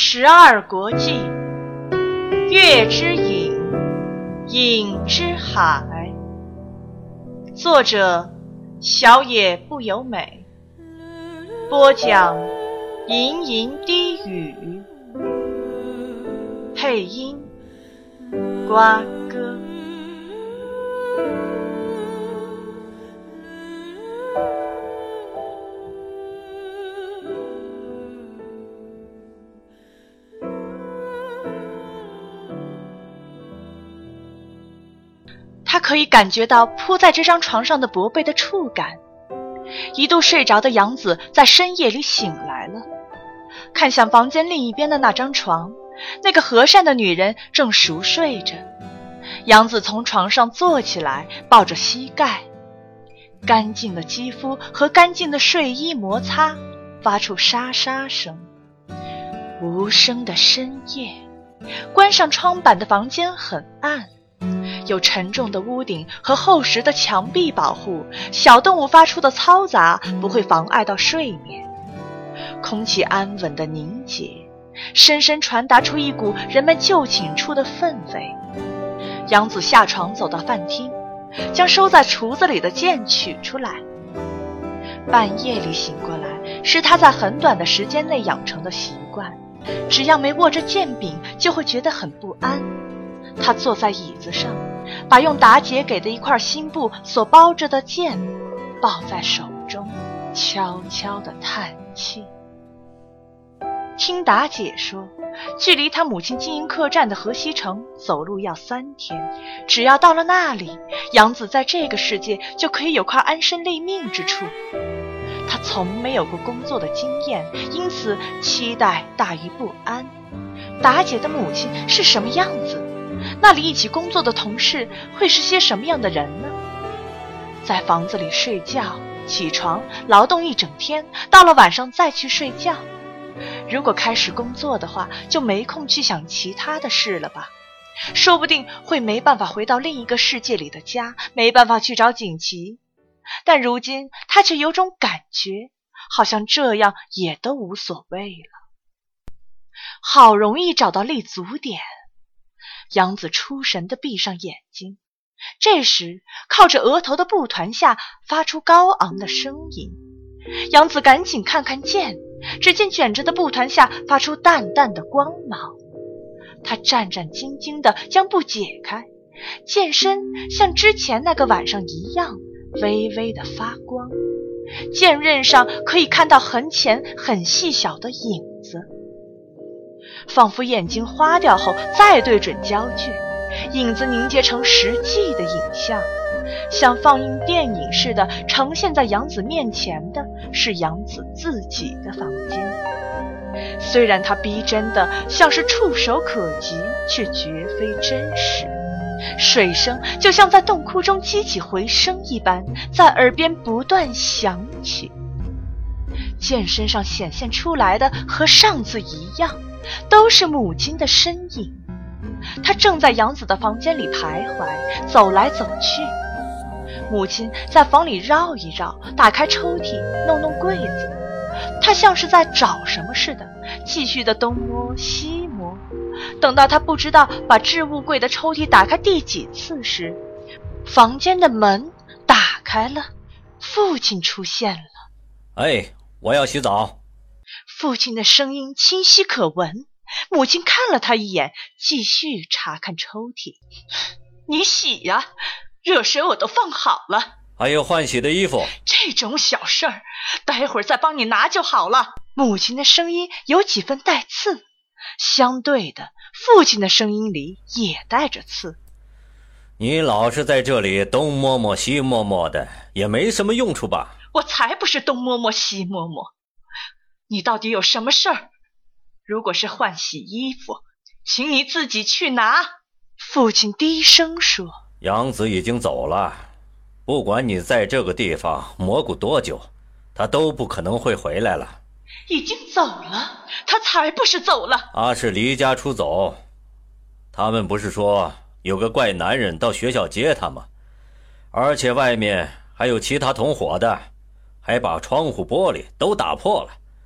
12国记，月之影，影之海。作者：小野不由美，播讲：吟吟低语，配音：瓜哥。他可以感觉到铺在这张床上的薄被的触感。一度睡着的杨子在深夜里醒来了，看向房间另一边的那张床，那个和善的女人正熟睡着。杨子从床上坐起来，抱着膝盖，干净的肌肤和干净的睡衣摩擦，发出沙沙声。无声的深夜，关上窗板的房间很暗，有沉重的屋顶和厚实的墙壁保护，小动物发出的嘈杂不会妨碍到睡眠。空气安稳的凝结，深深传达出一股人们就寝处的氛围。杨子下床走到饭厅，将收在橱子里的剑取出来。半夜里醒过来，是他在很短的时间内养成的习惯，只要没握着剑柄，就会觉得很不安。他坐在椅子上，把用达姐给的一块新布所包着的剑抱在手中，悄悄地叹气。听达姐说，距离他母亲经营客栈的河西城走路要3天，只要到了那里，杨子在这个世界就可以有块安身立命之处。他从没有过工作的经验，因此期待大于不安。达姐的母亲是什么样子？那里一起工作的同事会是些什么样的人呢？在房子里睡觉，起床，劳动一整天，到了晚上再去睡觉。如果开始工作的话，就没空去想其他的事了吧？说不定会没办法回到另一个世界里的家，没办法去找锦旗。但如今他却有种感觉，好像这样也都无所谓了。好容易找到立足点，杨子出神地闭上眼睛。这时靠着额头的布团下发出高昂的声音。杨子赶紧看看剑，只见卷着的布团下发出淡淡的光芒。他战战兢兢地将布解开，剑身像之前那个晚上一样微微地发光，剑刃上可以看到很浅很细小的影子，仿佛眼睛花掉后再对准焦距，影子凝结成实际的影像，像放映电影似的呈现在杨子面前的是杨子自己的房间。虽然它逼真的像是触手可及，却绝非真实。水声就像在洞窟中激起回声一般，在耳边不断响起。剑身上显现出来的和上次一样，都是母亲的身影。她正在杨子的房间里徘徊，走来走去。母亲在房里绕一绕，打开抽屉，弄弄柜子。她像是在找什么似的，继续的东摸西摸。等到她不知道把置物柜的抽屉打开第几次时，房间的门打开了，父亲出现了。 哎，我要洗澡。 父亲的声音清晰可闻。母亲看了他一眼，继续查看抽屉。你洗呀，热水我都放好了。 还有换洗的衣服。 这种小事儿，待会儿再帮你拿就好了。母亲的声音有几分带刺，相对的，父亲的声音里也带着刺。 你老是在这里东摸摸西摸摸的，也没什么用处吧？ 我才不是东摸摸西摸摸。你到底有什么事儿？如果是换洗衣服，请你自己去拿。父亲低声说。 杨子已经走了，不管你在这个地方蘑菇多久，他都不可能会回来了。 已经走了？他才不是走了。 他是离家出走。他们不是说有个怪男人到学校接他吗？而且外面还有其他同伙的，还把窗户玻璃都打破了。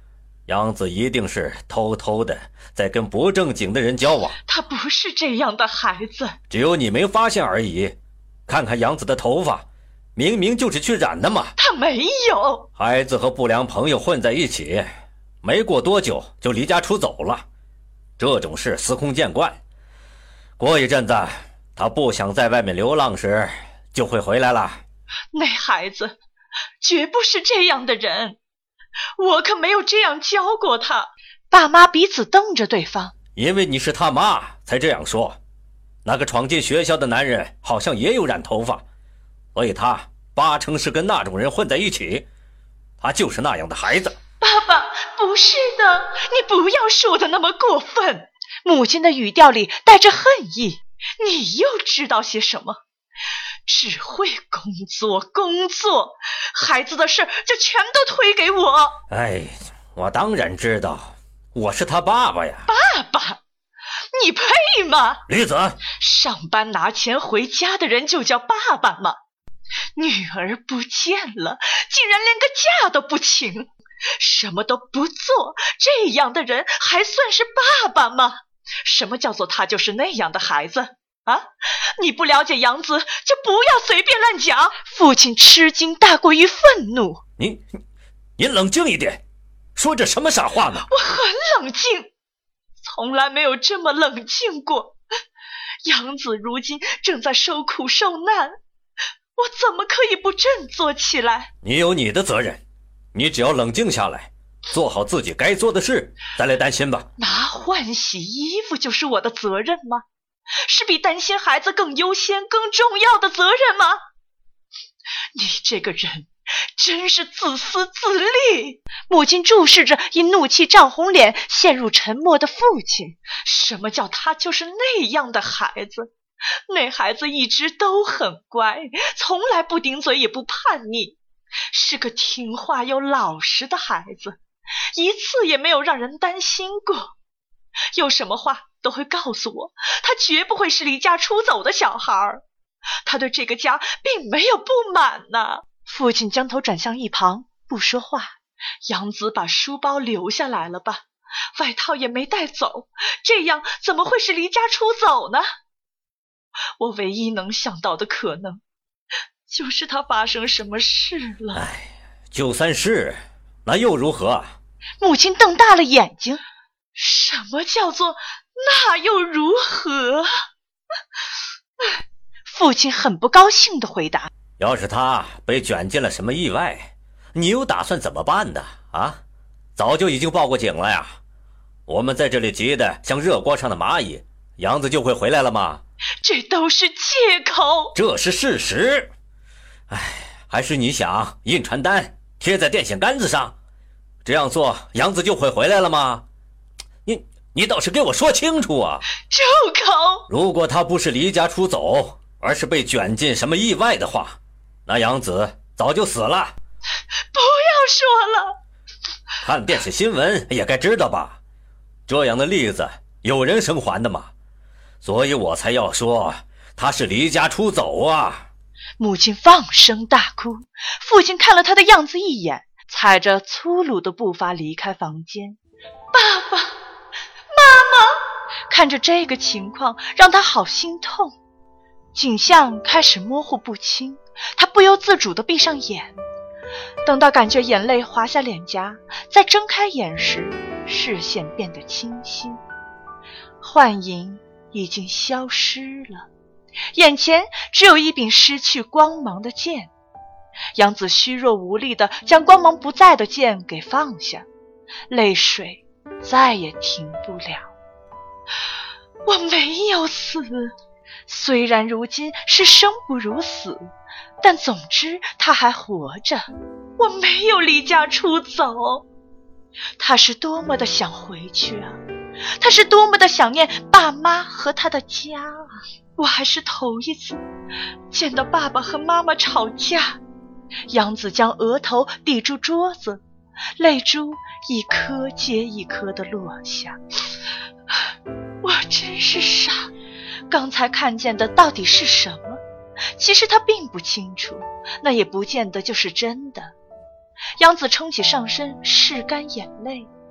杨子一定是偷偷的在跟不正经的人交往。 他不是这样的孩子， 只有你没发现而已。看看杨子的头发，明明就是去染的嘛。 他没有。 孩子和不良朋友混在一起，没过多久就离家出走了，这种事司空见惯。过一阵子他不想在外面流浪时就会回来了。 那孩子绝不是这样的人，我可没有这样教过他。爸妈彼此瞪着对方。 因为你是他妈才这样说。那个闯进学校的男人好像也有染头发，所以他八成是跟那种人混在一起。他就是那样的孩子。 爸爸，不是的，你不要说的那么过分。母亲的语调里带着恨意。你又知道些什么？只会工作，孩子的事就全都推给我。 哎，我当然知道，我是他爸爸呀。 爸爸？你配吗？ 驴子， 上班拿钱回家的人就叫爸爸吗？女儿不见了，竟然连个假都不请，什么都不做，这样的人还算是爸爸吗？什么叫做他就是那样的孩子啊？你不了解杨子，就不要随便乱讲。父亲吃惊大过于愤怒。 您冷静一点，说这什么傻话呢？ 我很冷静，从来没有这么冷静过。杨子如今正在受苦受难，我怎么可以不振作起来？ 你有你的责任，你只要冷静下来，做好自己该做的事，再来担心吧。 拿换洗衣服就是我的责任吗？是比担心孩子更优先、更重要的责任吗？你这个人真是自私自利。母亲注视着因怒气涨红脸陷入沉默的父亲。什么叫他就是那样的孩子？那孩子一直都很乖，从来不顶嘴也不叛逆，是个听话又老实的孩子，一次也没有让人担心过。有什么话都会告诉我，他绝不会是离家出走的小孩，他对这个家并没有不满呢。父亲将头转向一旁，不说话。杨子把书包留下来了吧，外套也没带走，这样怎么会是离家出走呢？我唯一能想到的可能，就是他发生什么事了。 哎，就算是，那又如何？ 母亲瞪大了眼睛。什么叫做那又如何？父亲很不高兴地回答。 要是他被卷进了什么意外，你又打算怎么办呢？啊，早就已经报过警了呀。我们在这里急得像热锅上的蚂蚁，杨子就会回来了吗？ 这都是借口。 这是事实。哎，还是你想印传单贴在电线杆子上，这样做杨子就会回来了吗？你倒是给我说清楚啊！ 住口！ 如果他不是离家出走，而是被卷进什么意外的话，那杨子早就死了。 不要说了。 看电视新闻也该知道吧，这样的例子有人生还的嘛，所以我才要说他是离家出走啊。 母亲放声大哭，父亲看了他的样子一眼，踩着粗鲁的步伐离开房间。爸爸，妈妈，看着这个情况让他好心痛。景象开始模糊不清，他不由自主地闭上眼。等到感觉眼泪滑下脸颊，再睁开眼时，视线变得清晰，幻影已经消失了，眼前只有一柄失去光芒的剑。杨子虚弱无力地将光芒不在的剑给放下，泪水再也停不了。我没有死，虽然如今是生不如死，但总之他还活着。我没有离家出走。他是多么的想回去啊，他是多么的想念爸妈和他的家啊。我还是头一次见到爸爸和妈妈吵架。杨子将额头抵住桌子，泪珠一颗接一颗地落下。我真是傻，刚才看见的到底是什么？其实他并不清楚，那也不见得就是真的。杨子撑起上身，拭干眼泪，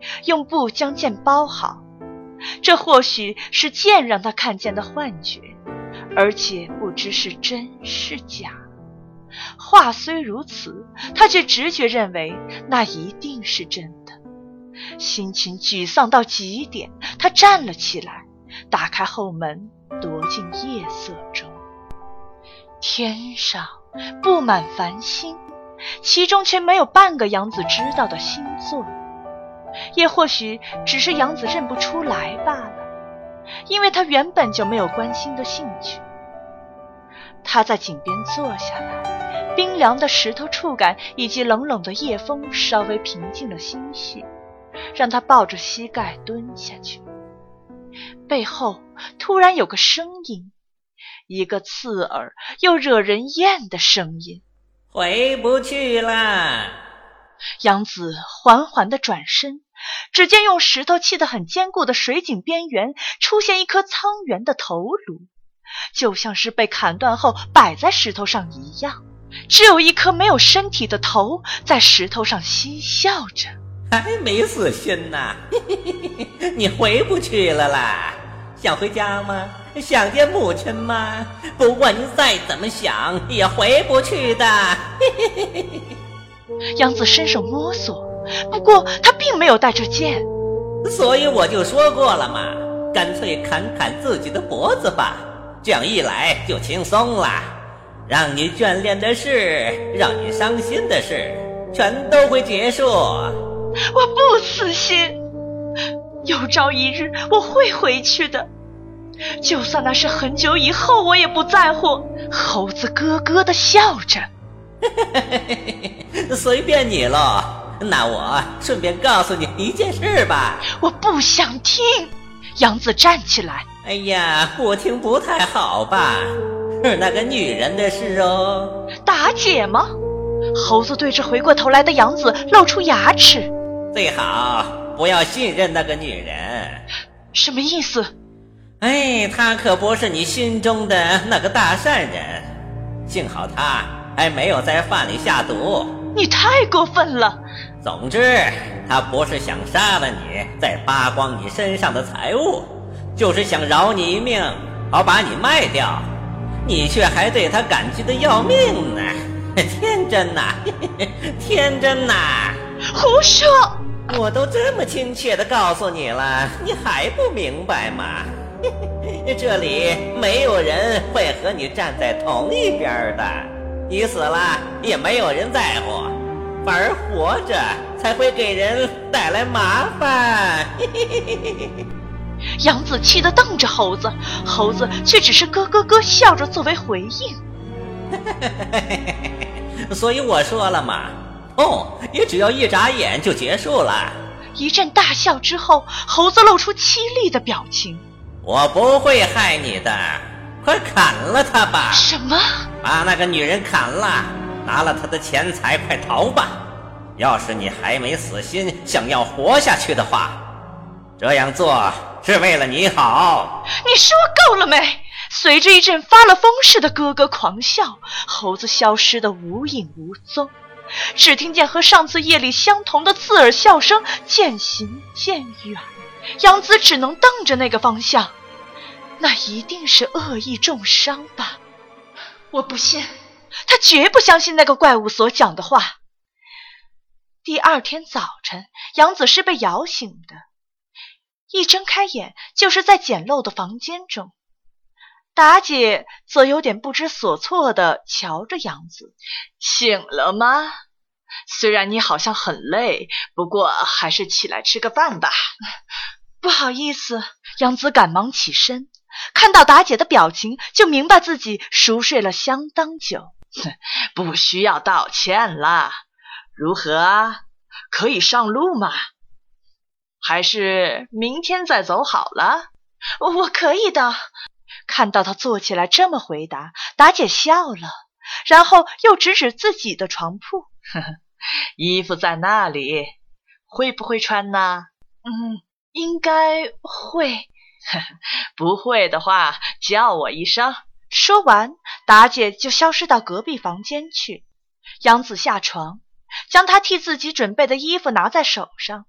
用布将剑包好。这或许是剑让他看见的幻觉，而且不知是真是假。话虽如此，他却直觉认为那一定是真的。心情沮丧到极点，他站了起来，打开后门，躲进夜色中。天上布满繁星，其中却没有半个杨子知道的星座，也或许只是杨子认不出来罢了，因为他原本就没有关心的兴趣。他在井边坐下来，冰凉的石头触感以及冷冷的夜风稍微平静了心绪，让他抱着膝盖蹲下去。背后突然有个声音，一个刺耳又惹人厌的声音： 回不去啦！ 杨子缓缓地转身，只见用石头砌得很坚固的水井边缘出现一颗苍圆的头颅，就像是被砍断后摆在石头上一样，只有一颗没有身体的头在石头上嬉笑着。 还没死心呐，你回不去了啦？想回家吗？想见母亲吗？不管你再怎么想，也回不去的。 杨子伸手摸索，不过他并没有带着剑。 所以我就说过了嘛，干脆砍砍自己的脖子吧，这样一来就轻松了。让你眷恋的事，让你伤心的事，全都会结束。 我不死心，有朝一日我会回去的，就算那是很久以后，我也不在乎。猴子咯咯地笑着。 随便你咯，那我顺便告诉你一件事吧。 我不想听。杨子站起来。 哎呀，不听不太好吧，是那个女人的事哦。 打姐吗？猴子对着回过头来的杨子露出牙齿。 最好不要信任那个女人。 什么意思？ 哎，她可不是你心中的那个大善人，幸好她还没有在饭里下毒。 你太过分了。 总之，她不是想杀了你，再扒光你身上的财物，就是想饶你一命，好把你卖掉。你却还对她感激的要命呢，天真呐，天真呐！ 胡说！ 我都这么亲切地告诉你了，你还不明白吗？这里没有人会和你站在同一边的，你死了也没有人在乎，反而活着才会给人带来麻烦。 杨子气得瞪着猴子，猴子却只是咯咯咯笑着作为回应。 所以我说了嘛，也只要一眨眼就结束了。 一阵大笑之后，猴子露出凄厉的表情。 我不会害你的，快砍了他吧！ 什么？ 把那个女人砍了，拿了她的钱财，快逃吧！要是你还没死心，想要活下去的话，这样做是为了你好。 你说够了没？随着一阵发了疯似的咯咯狂笑，猴子消失得无影无踪，只听见和上次夜里相同的刺耳笑声渐行渐远。杨子只能瞪着那个方向，那一定是恶意重伤吧？我不信，他绝不相信那个怪物所讲的话。第二天早晨，杨子是被摇醒的，一睁开眼就是在简陋的房间中。达姐则有点不知所措地瞧着杨子。醒了吗？虽然你好像很累，不过还是起来吃个饭吧。不好意思，杨子赶忙起身，看到达姐的表情，就明白自己熟睡了相当久。不需要道歉啦。如何？可以上路吗？还是明天再走好了？我可以的。看到他坐起来这么回答，达姐笑了，然后又指指自己的床铺。衣服在那里，会不会穿呢？应该会。不会的话，叫我一声。说完，达姐就消失到隔壁房间去。杨子下床，将她替自己准备的衣服拿在手上，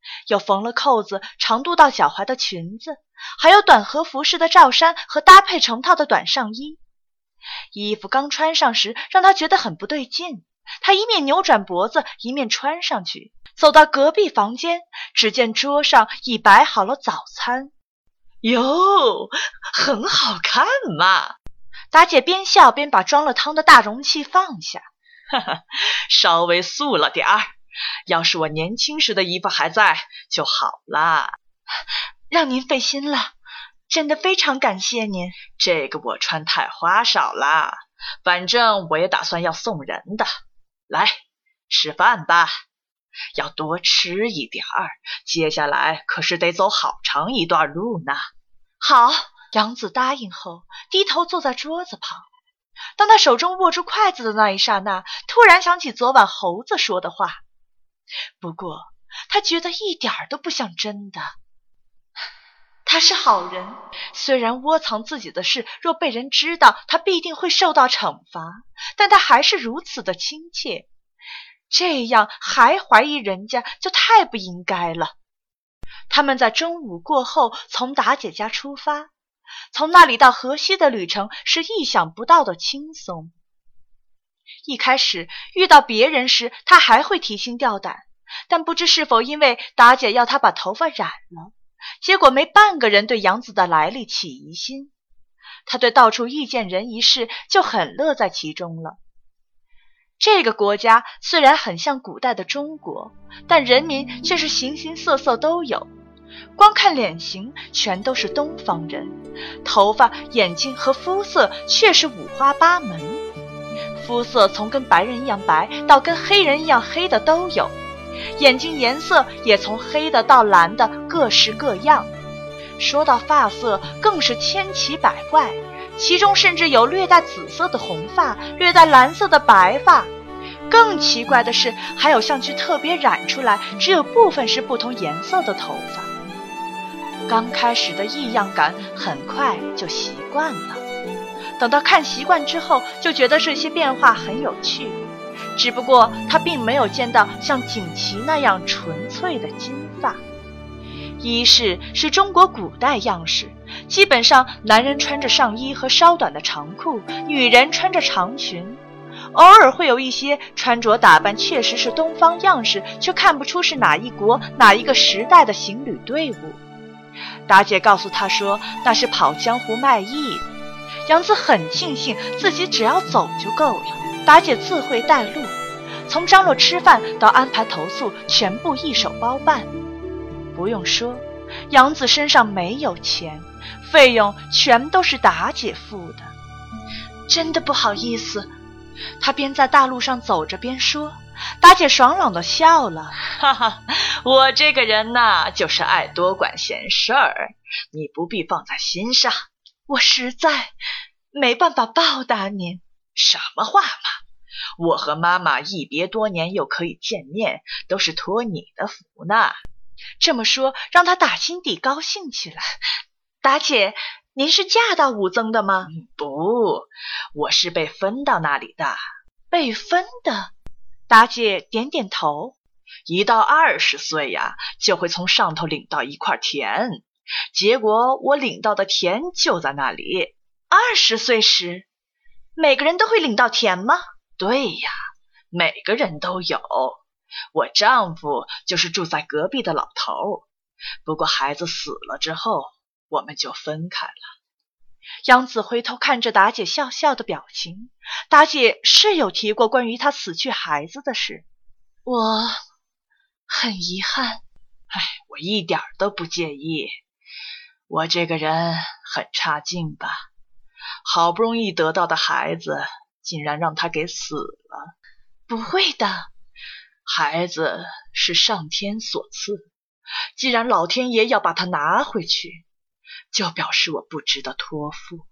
有缝了扣子长度到脚踝的裙子，还有短和服式的罩衫和搭配成套的短上衣。衣服刚穿上时让他觉得很不对劲，他一面扭转脖子一面穿上去，走到隔壁房间，只见桌上已摆好了早餐。 哟，很好看嘛！ 达姐边笑边把装了汤的大容器放下。 哈哈，稍微素了点儿，要是我年轻时的衣服还在就好啦。 让您费心了，真的非常感谢您。 这个我穿太花哨啦，反正我也打算要送人的。来，吃饭吧，要多吃一点儿，接下来可是得走好长一段路呢。 好，杨子答应后，低头坐在桌子旁。当他手中握住筷子的那一刹那，突然想起昨晚猴子说的话，不过他觉得一点都不像真的。他是好人，虽然窝藏自己的事若被人知道，他必定会受到惩罚，但他还是如此的亲切，这样还怀疑人家就太不应该了。他们在中午过后从达姐家出发，从那里到河西的旅程是意想不到的轻松。一开始遇到别人时，他还会提心吊胆，但不知是否因为达姐要他把头发染了，结果没半个人对杨子的来历起疑心。他对到处遇见人一事就很乐在其中了。这个国家虽然很像古代的中国，但人民却是形形色色都有。光看脸型全都是东方人，头发、眼睛和肤色却是五花八门。肤色从跟白人一样白到跟黑人一样黑的都有，眼睛颜色也从黑的到蓝的各式各样。说到发色更是千奇百怪，其中甚至有略带紫色的红发，略带蓝色的白发。更奇怪的是，还有像去特别染出来只有部分是不同颜色的头发。刚开始的异样感很快就习惯了，等到看习惯之后，就觉得这些变化很有趣。只不过他并没有见到像锦旗那样纯粹的金发。一是中国古代样式，基本上男人穿着上衣和稍短的长裤，女人穿着长裙。偶尔会有一些穿着打扮确实是东方样式，却看不出是哪一国哪一个时代的行旅队伍。达姐告诉他说那是跑江湖卖艺的。杨子很庆幸自己只要走就够了，达姐自会带路，从张罗吃饭到安排投宿全部一手包办。不用说，杨子身上没有钱，费用全都是达姐付的。真的不好意思，他边在大路上走着边说。达姐爽朗地笑了， 哈哈，我这个人呐，就是爱多管闲事儿，你不必放在心上。 我实在没办法报答您。 什么话嘛，我和妈妈一别多年又可以见面，都是托你的福呢。 这么说让他打心底高兴起来。达姐，您是嫁到武增的吗？ 不，我是被分到那里的。 被分的？达姐点点头。 一到20岁呀，就会从上头领到一块田，结果我领到的田就在那里。 20岁时，每个人都会领到田吗？ 对呀，每个人都有。我丈夫就是住在隔壁的老头，不过孩子死了之后，我们就分开了。 杨子回头看着达姐笑笑的表情，达姐是有提过关于她死去孩子的事。我很遗憾。 我一点都不介意。我这个人很差劲吧，好不容易得到的孩子，竟然让他给死了。 不会的， 孩子是上天所赐，既然老天爷要把他拿回去，就表示我不值得托付。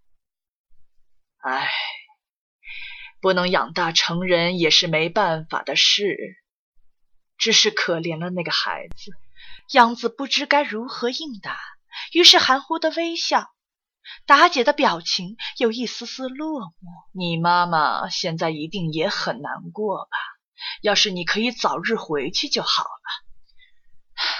不能养大成人也是没办法的事，只是可怜了那个孩子。 杨子不知该如何应答，于是含糊的微笑。达姐的表情有一丝丝落寞。 你妈妈现在一定也很难过吧？要是你可以早日回去就好了。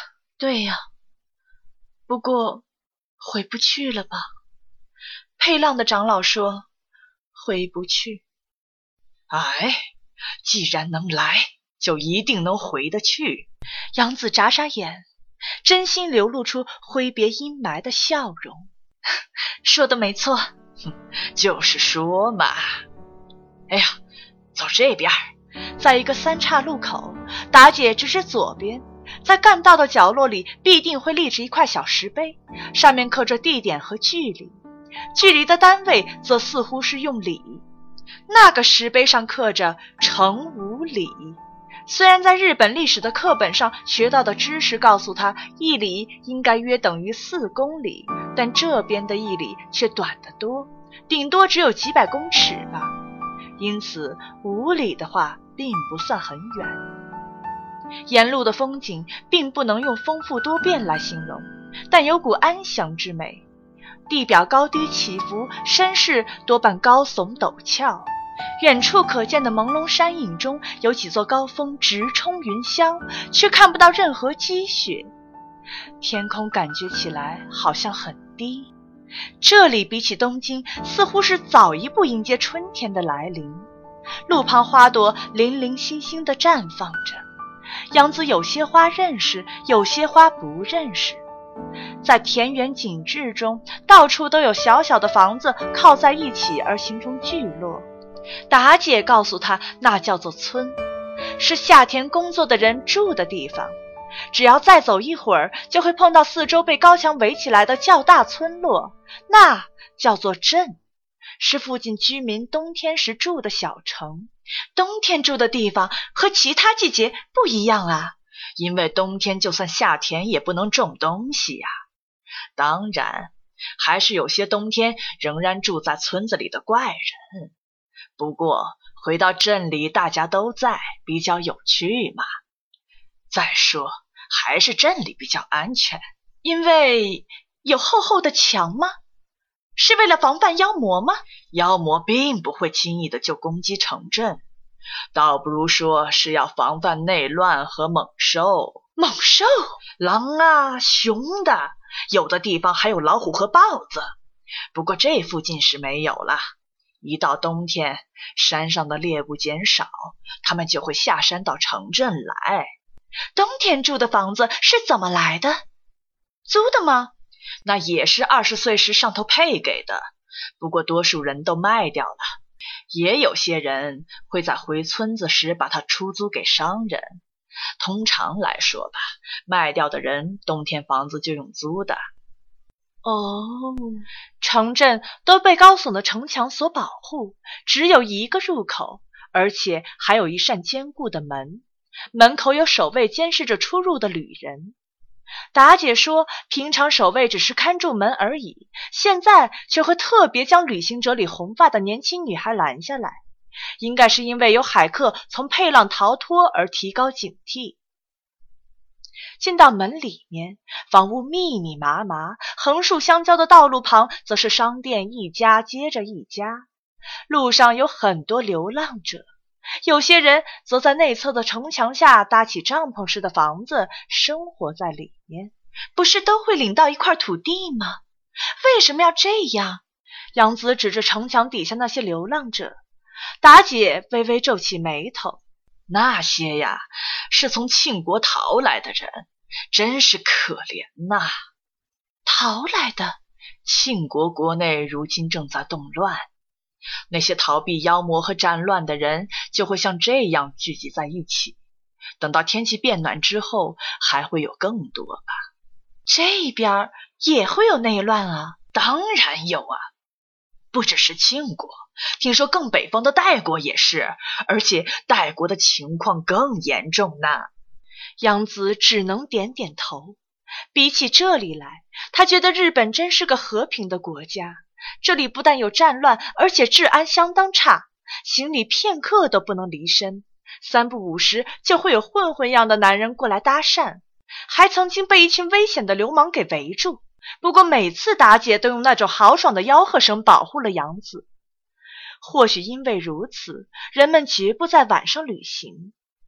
对呀，不过回不去了吧？佩浪的长老说回不去。 哎，既然能来，就一定能回得去。 杨子眨眨眼，真心流露出挥别阴霾的笑容。说的没错。 就是说嘛。哎呀，走这边。 在一个三岔路口，达姐指指左边，在干道的角落里必定会立着一块小石碑，上面刻着地点和距离，距离的单位则似乎是用里。那个石碑上刻着城五里。虽然在日本历史的课本上学到的知识告诉他1里应该约等于4公里，但这边的1里却短得多，顶多只有几百公尺吧。因此5里的话并不算很远。沿路的风景并不能用丰富多变来形容，但有股安详之美。地表高低起伏，山势多半高耸陡峭，远处可见的朦胧山影中有几座高峰直冲云霄，却看不到任何积雪。天空感觉起来好像很低，这里比起东京似乎是早一步迎接春天的来临。路旁花朵零零星星地绽放着，杨子有些花认识，有些花不认识。在田园景致中，到处都有小小的房子靠在一起而形成聚落。达姐告诉他，那叫做村，是下田工作的人住的地方。只要再走一会儿，就会碰到四周被高墙围起来的较大村落，那叫做镇，是附近居民冬天时住的小城。冬天住的地方和其他季节不一样啊， 因为冬天就算下田也不能种东西呀。当然，还是有些冬天仍然住在村子里的怪人。不过回到镇里大家都在，比较有趣嘛。再说还是镇里比较安全。 因为有厚厚的墙吗？是为了防范妖魔吗？ 妖魔并不会轻易的就攻击城镇，倒不如说是要防范内乱和猛兽。 猛兽？ 狼啊，熊的，有的地方还有老虎和豹子。不过这附近是没有了。一到冬天，山上的猎物减少，他们就会下山到城镇来。 冬天住的房子是怎么来的？租的吗？ 那也是20岁时上头配给的，不过多数人都卖掉了。也有些人会在回村子时把它出租给商人。通常来说吧，卖掉的人冬天房子就用租的。 哦，城镇都被高耸的城墙所保护，只有一个入口，而且还有一扇坚固的门，门口有守卫监视着出入的旅人。达姐说，平常守卫只是看住门而已，现在却会特别将旅行者里红发的年轻女孩拦下来，应该是因为有海客从佩浪逃脱而提高警惕。进到门里面，房屋密密麻麻，横竖相交的道路旁则是商店一家接着一家。路上有很多流浪者，有些人则在内侧的城墙下搭起帐篷式的房子，生活在里面。不是都会领到一块土地吗？为什么要这样？杨子指着城墙底下那些流浪者。达姐微微皱起眉头。 那些呀，是从庆国逃来的人，真是可怜呐。 逃来的？ 庆国国内如今正在动乱，那些逃避妖魔和战乱的人就会像这样聚集在一起，等到天气变暖之后，还会有更多吧。 这边也会有内乱啊？ 当然有啊，不只是庆国，听说更北方的代国也是，而且代国的情况更严重呢。 杨子只能点点头。比起这里来，他觉得日本真是个和平的国家。这里不但有战乱，而且治安相当差，行李片刻都不能离身，3不5时就会有混混样的男人过来搭讪，还曾经被一群危险的流氓给围住。不过每次达姐都用那种豪爽的吆喝声保护了杨子。或许因为如此，人们绝不在晚上旅行。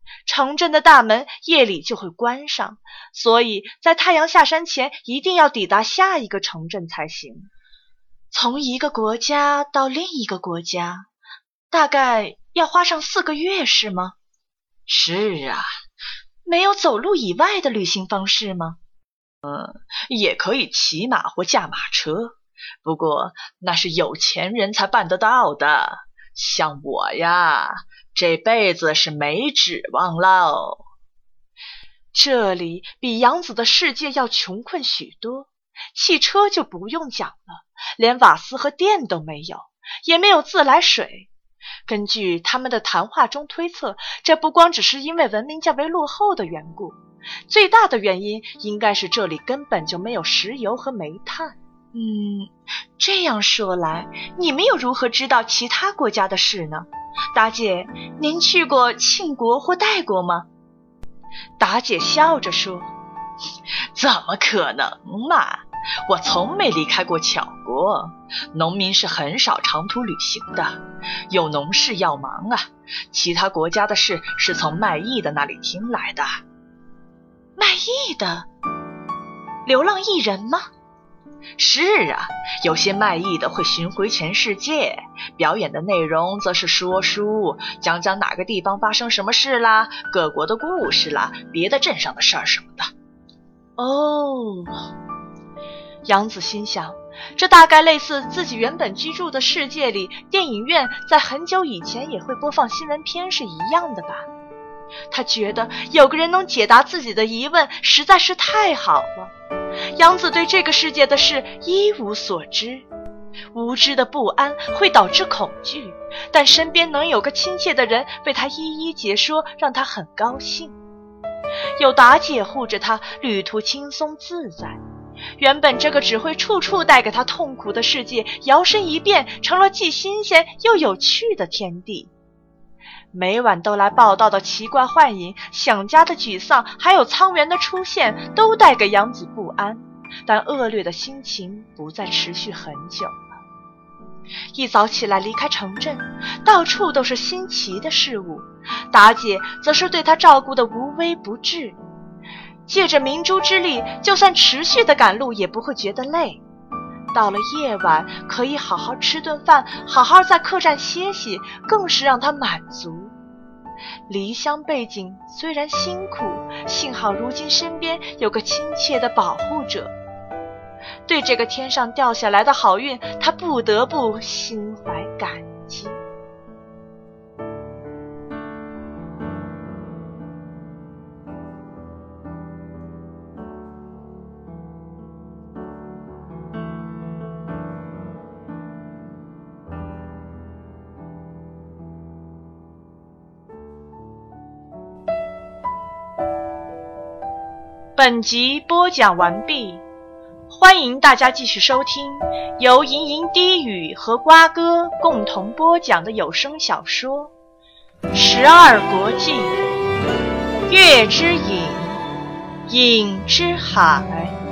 城镇的大门夜里就会关上，所以在太阳下山前一定要抵达下一个城镇才行。从一个国家到另一个国家，大概要花上4个月，是吗？ 是啊。 没有走路以外的旅行方式吗？ 也可以骑马或驾马车，不过那是有钱人才办得到的。像我呀，这辈子是没指望喽。 这里比杨子的世界要穷困许多，汽车就不用讲了，连瓦斯和电都没有，也没有自来水。根据他们的谈话中推测，这不光只是因为文明较为落后的缘故，最大的原因应该是这里根本就没有石油和煤炭。这样说来，你们又如何知道其他国家的事呢？达姐，您去过庆国或代国吗？达姐笑着说， 怎么可能嘛，我从没离开过巧国。农民是很少长途旅行的，有农事要忙啊。其他国家的事是从卖艺的那里听来的。 卖艺的？流浪艺人吗？ 是啊，有些卖艺的会巡回全世界，表演的内容则是说书，讲哪个地方发生什么事啦，各国的故事啦，别的镇上的事儿什么的。 哦，杨子心想，这大概类似自己原本居住的世界里，电影院在很久以前也会播放新闻片是一样的吧。他觉得有个人能解答自己的疑问实在是太好了。杨子对这个世界的事一无所知，无知的不安会导致恐惧，但身边能有个亲切的人为他一一解说，让他很高兴。有达姐护着他，旅途轻松自在。原本这个只会处处带给他痛苦的世界，摇身一变成了既新鲜又有趣的天地。每晚都来报道的奇怪幻影，想家的沮丧，还有苍原的出现，都带给杨子不安，但恶劣的心情不再持续很久了。一早起来离开城镇，到处都是新奇的事物，达姐则是对他照顾的无微不至。借着明珠之力，就算持续的赶路也不会觉得累。到了夜晚，可以好好吃顿饭，好好在客栈歇息，更是让他满足。离乡背井虽然辛苦，幸好如今身边有个亲切的保护者。对这个天上掉下来的好运，他不得不心怀感激。本集播讲完毕，欢迎大家继续收听由吟吟低语和瓜哥共同播讲的有声小说《12国记》，月之影，影之海。